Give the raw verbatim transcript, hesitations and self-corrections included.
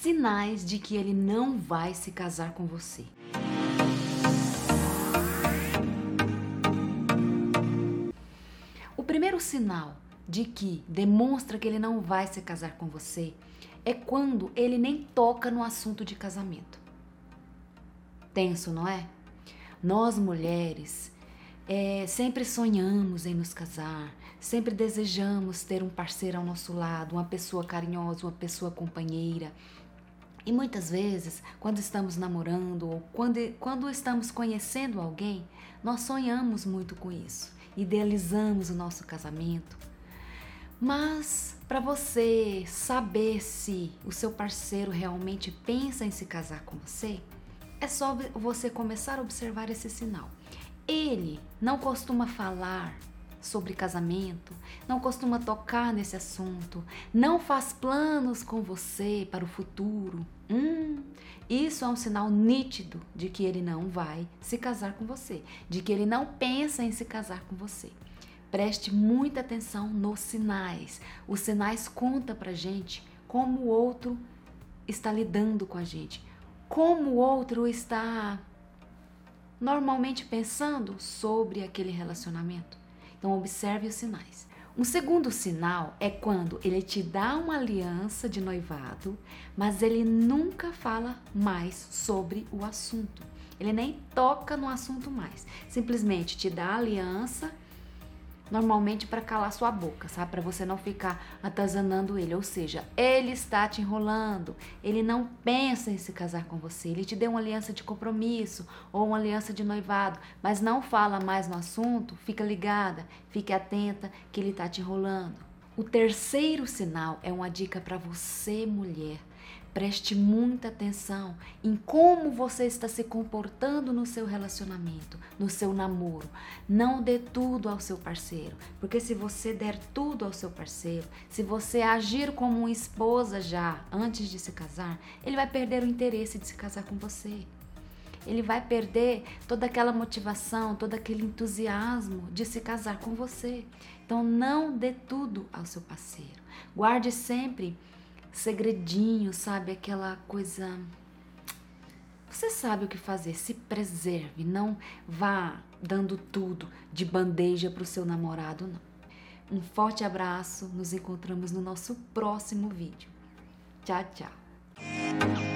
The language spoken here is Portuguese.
sinais de que ele não vai se casar com você. O primeiro sinal de que demonstra que ele não vai se casar com você é quando ele nem toca no assunto de casamento. Tenso, não é? Nós mulheres é, sempre sonhamos em nos casar, sempre desejamos ter um parceiro ao nosso lado, uma pessoa carinhosa, uma pessoa companheira. E muitas vezes, quando estamos namorando ou quando, quando estamos conhecendo alguém, nós sonhamos muito com isso, idealizamos o nosso casamento. Mas para você saber se o seu parceiro realmente pensa em se casar com você, é só você começar a observar esse sinal. Ele não costuma falar sobre casamento, não costuma tocar nesse assunto, não faz planos com você para o futuro. Hum, isso é um sinal nítido de que ele não vai se casar com você, de que ele não pensa em se casar com você. Preste muita atenção nos sinais. Os sinais contam pra gente como o outro está lidando com a gente, como o outro está normalmente pensando sobre aquele relacionamento. Então observe os sinais. Um segundo sinal é quando ele te dá uma aliança de noivado, mas ele nunca fala mais sobre o assunto. Ele nem toca no assunto mais. Simplesmente te dá a aliança, normalmente para calar sua boca, sabe? Para você não ficar atazanando ele. Ou seja, ele está te enrolando. Ele não pensa em se casar com você. Ele te deu uma aliança de compromisso ou uma aliança de noivado, mas não fala mais no assunto. Fica ligada, fique atenta que ele está te enrolando. O terceiro sinal é uma dica para você, mulher. Preste muita atenção em como você está se comportando no seu relacionamento, no seu namoro. Não dê tudo ao seu parceiro, porque se você der tudo ao seu parceiro, se você agir como uma esposa já antes de se casar, ele vai perder o interesse de se casar com você. Ele vai perder toda aquela motivação, todo aquele entusiasmo de se casar com você. Então não dê tudo ao seu parceiro. Guarde sempre segredinho, sabe? Aquela coisa... Você sabe o que fazer, se preserve, não vá dando tudo de bandeja para o seu namorado, não. Um forte abraço, nos encontramos no nosso próximo vídeo. Tchau, tchau.